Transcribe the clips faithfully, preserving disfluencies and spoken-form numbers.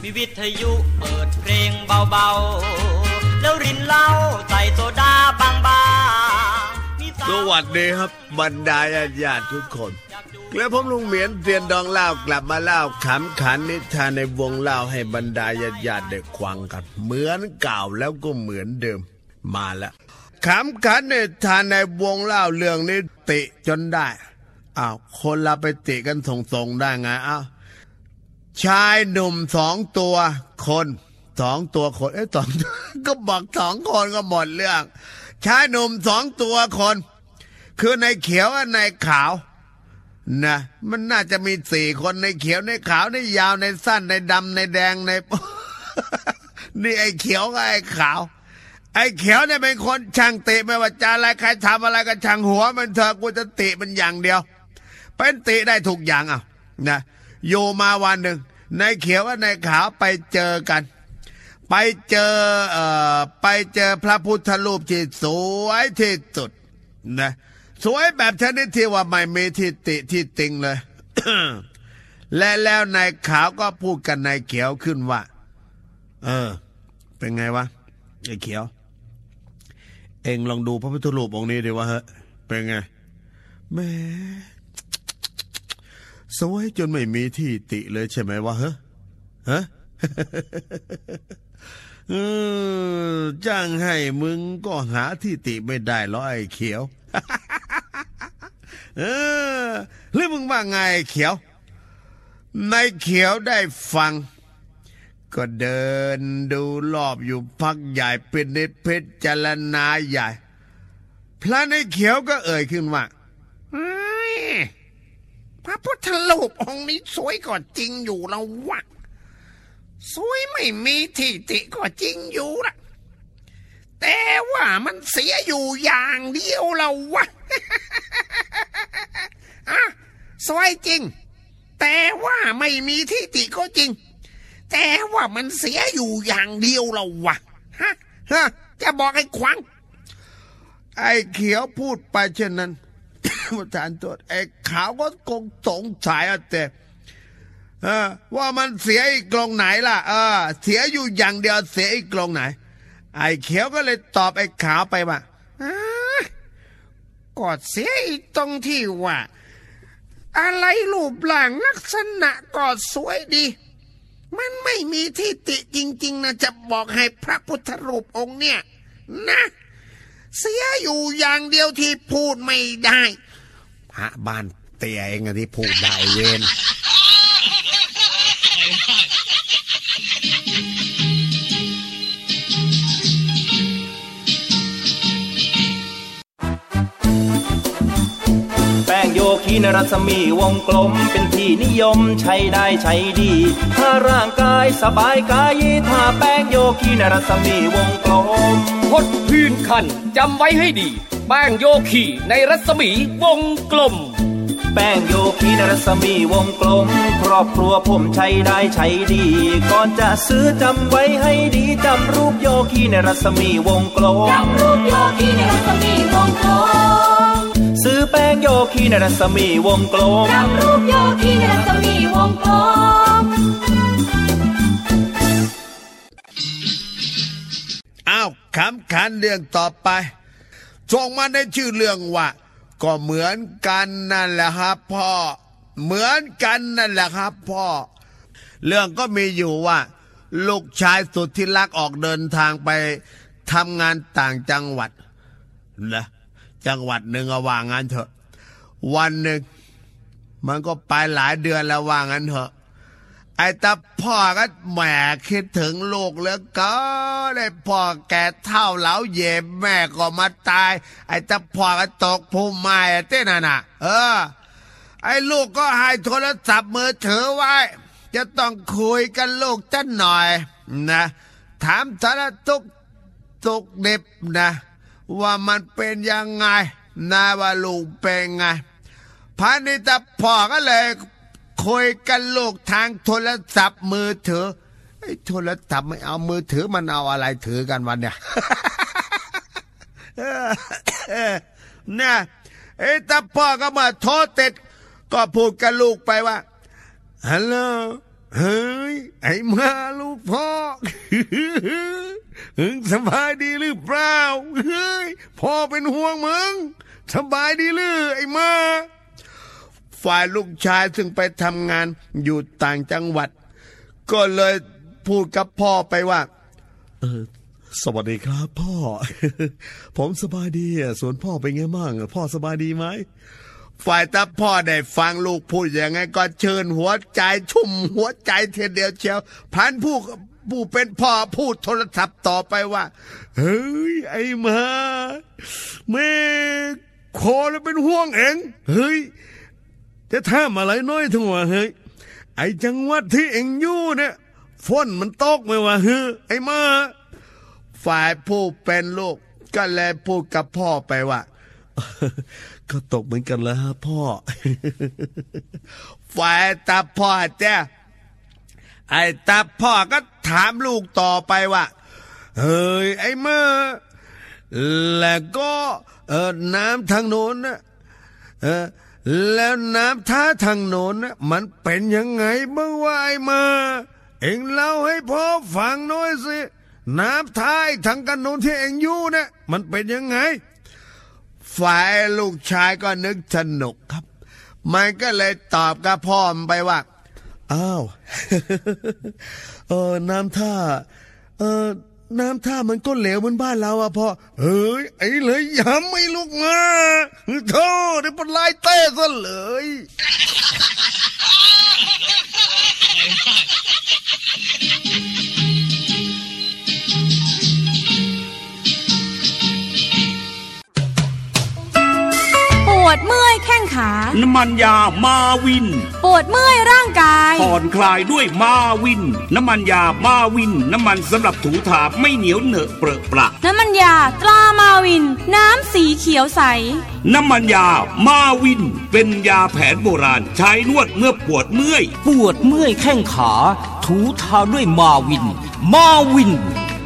มีวิทยุเปิดเพลงเบาๆแล้วรินเหล้าใส่โซดาบางๆสวัสดีครับบรรดาญาติทุกคนและผมลุงเหมียนเตียนดองเล่ากลับมาเล่าขำขันนิทานในวงเล่าให้บรรดาญาติได้ฟังกันเหมือนเก่าแล้วก็เหมือนเดิมมาแล้วขำขันนิทานในวงเล่าเรื่องนี้ติจนได้อ้าวคนเราไปติกันส่งๆได้ไงอ้าวชายหนุ่มสองตัวคนสองตัวคนเอ๊ะสองก็บอกสองคนก็หมดเรื่องชายหนุ่มสองตัวคนคือในเขียวกับในขาวนะมันน่าจะมีสี่คนในเขียวในขาวในยาวในสั้นในดำในแดงใน นี่ไอ้เขียวกับไอ้ขาวไอ้เขียวเนี่ยเป็นคนช่างติไม่ว่าจะอะไรใครทำอะไรก็ช่างหัวมันเถอะกูจะติมันอย่างเดียวเป็นติได้ทุกอย่างอ่ะนะอยู่มาวันหนึ่งในเขียวกับในขาวไปเจอกันไปเจอเอ่อไปเจอพระพุทธรูปที่สวยที่สุดนะสวยแบบชนิดที่ว่าไม่มีที่ติที่ติงเลย และแล้วนายขาวก็พูดกันนายเขียวขึ้นว่าเออเป็นไงวะไอ้เขียวเอ็งลองดูพระพุทธรูปองค์นี้ดิวะเฮ้เป็นไงแม่สวยจนไม่มีที่ติเลยใช่ไหมวะเฮ้ฮะ เออจ้างให้มึงก็หาที่ติไม่ได้หรอกไอ้เขียว เออหรือมึงว่าไงเขียวนายเขียวได้ฟังก็เดินดูรอบอยู่พักใหญ่เป็นนิดพิจารณาใหญ่พระนายเขียวก็เอ่ยขึ้นว่าพระพุทธรูปองค์นี้สวยก็จริงอยู่แล้ววะสวยไม่มีที่ติก็จริงอยู่ละแต่ว่ามันเสียอยู่อย่างเดียวแล้ววะ อะสวยจริงแต่ว่าไม่มีที่ติก็จริงแต่ว่ามันเสียอยู่อย่างเดียวแล้ววะฮะฮะจะบอกให้ขวังไอ้เขียวพูดไปเช่นนั้น ประธานโทษไอ้ขาวก็คงสงสัยอ่ะแต่เออว่ามันเสียอีกตรงไหนล่ะเออเสียอยู่อย่างเดียวเสียอีกตรงไหนไอ้เขียวก็เลยตอบไอ้ขาวไปว่าก็เสียอีกตรงที่ว่าอะไรรูปร่างลักษณะก็สวยดีมันไม่มีที่ติจริงๆนะจะบอกให้พระพุทธรูปองค์เนี่ยนะเสียอยู่อย่างเดียวที่พูดไม่ได้พระบ้านเตี้ยเองที่พูดได้เว้นแป้งโยคีนรัศมีวงกลมเป็นที่นิยมใช้ได้ใช้ดีถ้าร่างกายสบายกายถ้าแป้งโยคีนรัศมีวงกลมพดพื้นคันจำไว้ให้ดีแป้งโยคีในรัศมีวงกลมแป้งโยคีในรัศมีวงกลมครอบครัวผมใช้ได้ใช้ดีก่อนจะซื้อจำไว้ให้ดีจำรูปโยคีในรัศมีวงกลมจำรูปโยคีในรัศมีวงกลมซื้อแป้งโยคีในรัศมีวงกลมจำรูปโยคีในรัศมีวงกลมอ้าวคำขันเรื่องต่อไปส่งมาในชื่อเรื่องว่าก็เหมือนกันนั่นแหละครับพ่อเหมือนกันนั่นแหละครับพ่อเรื่องก็มีอยู่ว่าลูกชายสุดที่รักออกเดินทางไปทำงานต่างจังหวัดนะจังหวัดหนึ่งว่างั้นเถอะวันหนึ่งมันก็ไปหลายเดือนแล้วว่างั้นเถอะไอ้ตาพ่อก็แหมคิดถึงลูกแล้วก็ได้พ่อแก่เท่าเหลาเย่แม่ก็มาตายไอ้ตาพ่อก็ตกภูมิไม้เต้นน่ะเออไอ้ลูกก็ให้โทรศัพท์มือถือไว้จะต้องคุยกันลูกจันหน่อยนะถามสารทุกทุกดิบนะว่ามันเป็นยังไงนะว่าลูกเป็นไงพานิตาพ่อก็เลยคุยกันลูกทางโทรศัพท์มือถือไอ้โทรศัพท์ไม่เอามือถือมันเอาอะไรถือกันวันเนี่ย นะไอ้ตาพ่อก็มาโทรติดก็พูดกับลูกไปว่าฮัลโหลเฮ้ยไอ้มาลูกพ่อมึงสบายดีหรือเปล่าเฮ้ยพ่อเป็นห่วงมึงสบายดีหรือไอ้มาฝ่ายลูกชายซึ่งไปทำงานอยู่ต่างจังหวัดก็เลยพูดกับพ่อไปว่าเออสวัสดีครับพ่อ ผมสบายดีส่วนพ่อเป็นไงบ้างพ่อสบายดีไหมฝ่ายตาพ่อได้ฟังลูกพูดอย่างไงก็เชิญหัวใจชุ่มหัวใจเทียเดียวเชียวพันผู้ผู้เป็นพ่อพูดโทรศัพท์ต่อไปว่าเฮ้ยไอ้มาแม่ขอแล้วเป็นห่วงเองเฮ้ยจะทำอะไรน้อยทั้งว่าเฮ้ยไอ้จังหวัดที่เอ็งอยู่เนี่ยฝนมันตกไหมวะเฮ้ยไอ้มาฝ่ายผู้เป็นลูกก็เลยพูดกับพ่อไปว่าก็ตกเหมือนกันแล้วฮะพ่อฝ่ายตาพ่อเจ้าไอ้ตาพ่อก็ถามลูกต่อไปว่าเฮ้ยไอ้มาแล้วก็เออน้ำทางโน้นนะเออแล้วน้ำท่าทางโน้นนะมันเป็นยังไงบ้างวะไอ้มาเอ็งเล่าให้พ่อฟังหน่อยสิน้ำท่าทางกันโน้นที่เอ็งอยู่เนี่ยมันเป็นยังไงฝ่ายลูกชายก็นึกสนุกครับมันก็เลยตอบกับพ่อมันไปว่าอ้าว เออน้ำท่าเออน้ำท่ามันก็เหลวเหมือนบ้านเราอะพ่อเฮ้ยไอ้เลยย้ำไม่ลูกมาโธ่ได้ปลายเต้ซะเลยปวดเมื่อยแข้งขาน้ำมันยามาวินปวดเมื่อยร่างกายผ่อนคลายด้วยมาวินน้ำมันยามาวินน้ำมันสำหรับถูทาไม่เหนียวเหนอะเปรอะปะน้ำมันยาตรามาวินน้ำสีเขียวใสน้ำมันยามาวินเป็นยาแผนโบราณใช้นวดเมื่อปวดเมื่อยปวดเมื่อยแข้งขาถูทาด้วยมาวินมาวิน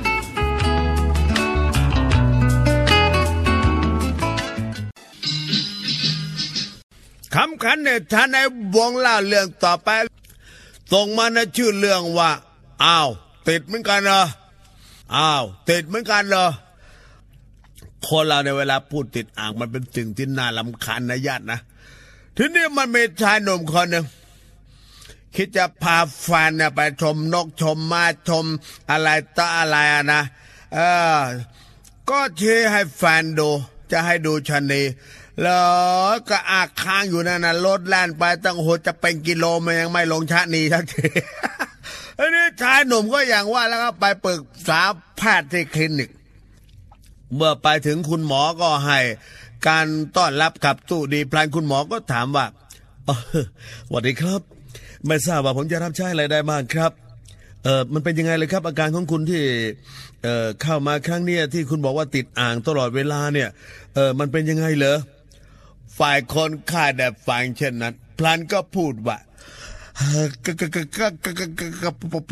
คำขันเนี่ยท่านในวงเล่าเรื่องต่อไปส่งมาในชื่อเรื่องว่าอ้าวติดเหมือนกันเหรออ้าวติดเหมือนกันเหรอคนเราในเวลาพูดติดอ่างมันเป็นสิ่งที่น่ารำคาญนะญาตินะทีนี้มันมีชายหนุ่มคนหนึ่งคิดจะพาแฟนเนี่ยไปชมนกชมม้าชมอะไรต่ออะไรนะเออก็ชี้ให้แฟนดูจะให้ดูชะนีแล้วก็อาค้างอยู่นั่นนะรถแล่นไปตั้งโหจะเป็นกิโลมันยังไม่ลงชะนีสักทีอันนี้ชายหนุ่มก็อย่างว่าแล้วก็ไปปรึกษาแพทย์ที่คลินิกเมื่อไปถึงคุณหมอก็ให้การต้อนรับขับตู้ดีพลันคุณหมอก็ถามว่าสวัสดีครับไม่ทราบว่าผมจะรับใช้อะไรได้บ้างครับเออมันเป็นยังไงเลยครับอาการของคุณที่เออเข้ามาครั้งนี้ที่คุณบอกว่าติดอ่างตลอดเวลาเนี่ยเออมันเป็นยังไงเหรอฝ่ายคนไข้ได้ฟังเช่นนั้นพลันก็พูดว่าก็ก็ก็ก็ก็ก็ก็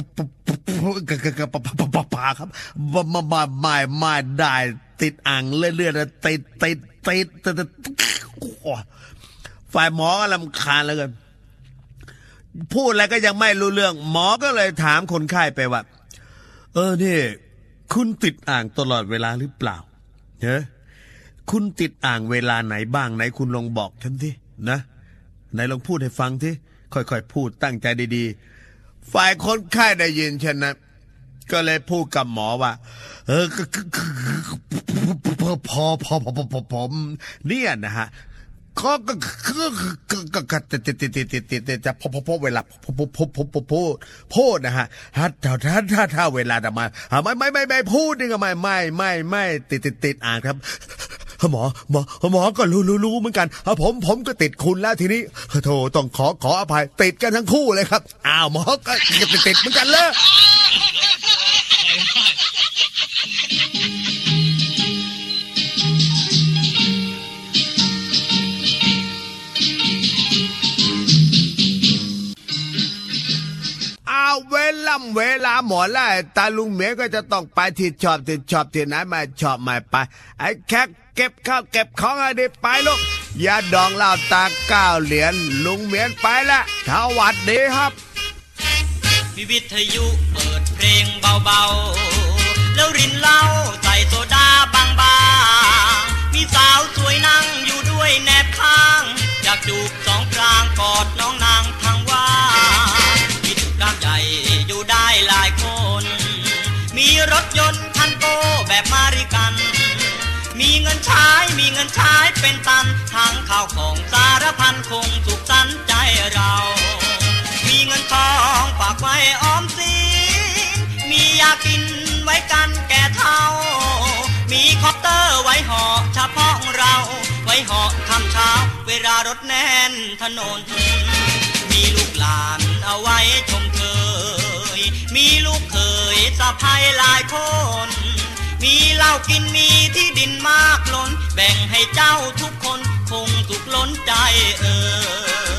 ปาครับมามาไม่ไม่ได้ติดอ่างเรื่อยๆติดติดติดติดฝ่ายหมอก็รำคาญแล้วกันพูดอะไรก็ยังไม่รู้เรื่องหมอก็เลยถามคนไข้ไปว่าเออนี่คุณติดอ่างตลอดเวลาหรือเปล่าเฮ้คุณติดอ่างเวลาไหนบ้างไหนคุณลองบอกฉันทีนะไหนลองพูดให้ฟังทีค่อยๆพูดตั้งใจดีๆฝ่ายคนไข้ได้ยินเช่นนั้นก็เลยพูดกับหมอว่าเออพอพอพอพอพอผมเนี่ยนะฮะก็ก็ก็ก็ก็ก็ติดติดติดติดติดติดจะพอพอพอเวลาพอพอพอพอพอพูดพูดนะฮะถ้าถ้าถ้าถ้าเวลาจะมาไม่ไม่ไม่ไม่พูดนี่ก็ไม่ไม่ไม่ไม่ติดติดติดอ่านครับหมอหมอหมอก็รู้รู้รู้เหมือนกันผมผมก็ติดคุณแล้วทีนี้โธ่ต้องขอขออภัยติดกันทั้งคู่เลยครับอ้าวหมอก็ติดติดเหมือนกันเลยเวลาเวลาหมอไล่ตาลุงเหมียก็จะต้องไปที่ชอบที่ชอบที่ไหนไม่ชอบไม่ไปไอ้แค่เก็บข้าวเก็บของอะไรไปลูกอย่าดองเหล้าตาเก้าเหรียญลุงเหมียนไปละสวัสดีครับมีวิทยุเปิดเพลงเบาๆแล้วรินเหล้าใส่โซดาบางๆมีสาวสวยนั่งอยู่ด้วยแนบข้างอยากจูบสองกลางกอดน้องนางทางว่ากิจกรรมใหญ่อยู่ได้หลายคนมีรถยนต์คันโตแบบมาริกันมีเงินใช้มีเงินใช้เป็นตันทั้งข้าวของสารพันคงสุขสันต์ใจเรามีเงินทองฝากไว้ออมสินมียากินไว้กันแก่เฒ่ามีคอปเตอร์ไว้ห่อเฉพาะเราไว้ห่อคำเช้าเวลารถแน่นถนนมีลูกหลานเอาไว้ชมเชยมีลูกเขยสะใภ้หลายคนมีเหล้ากินมีที่ดินมากล้นแบ่งให้เจ้าทุกคนคงสุขล้นใจเอ่ย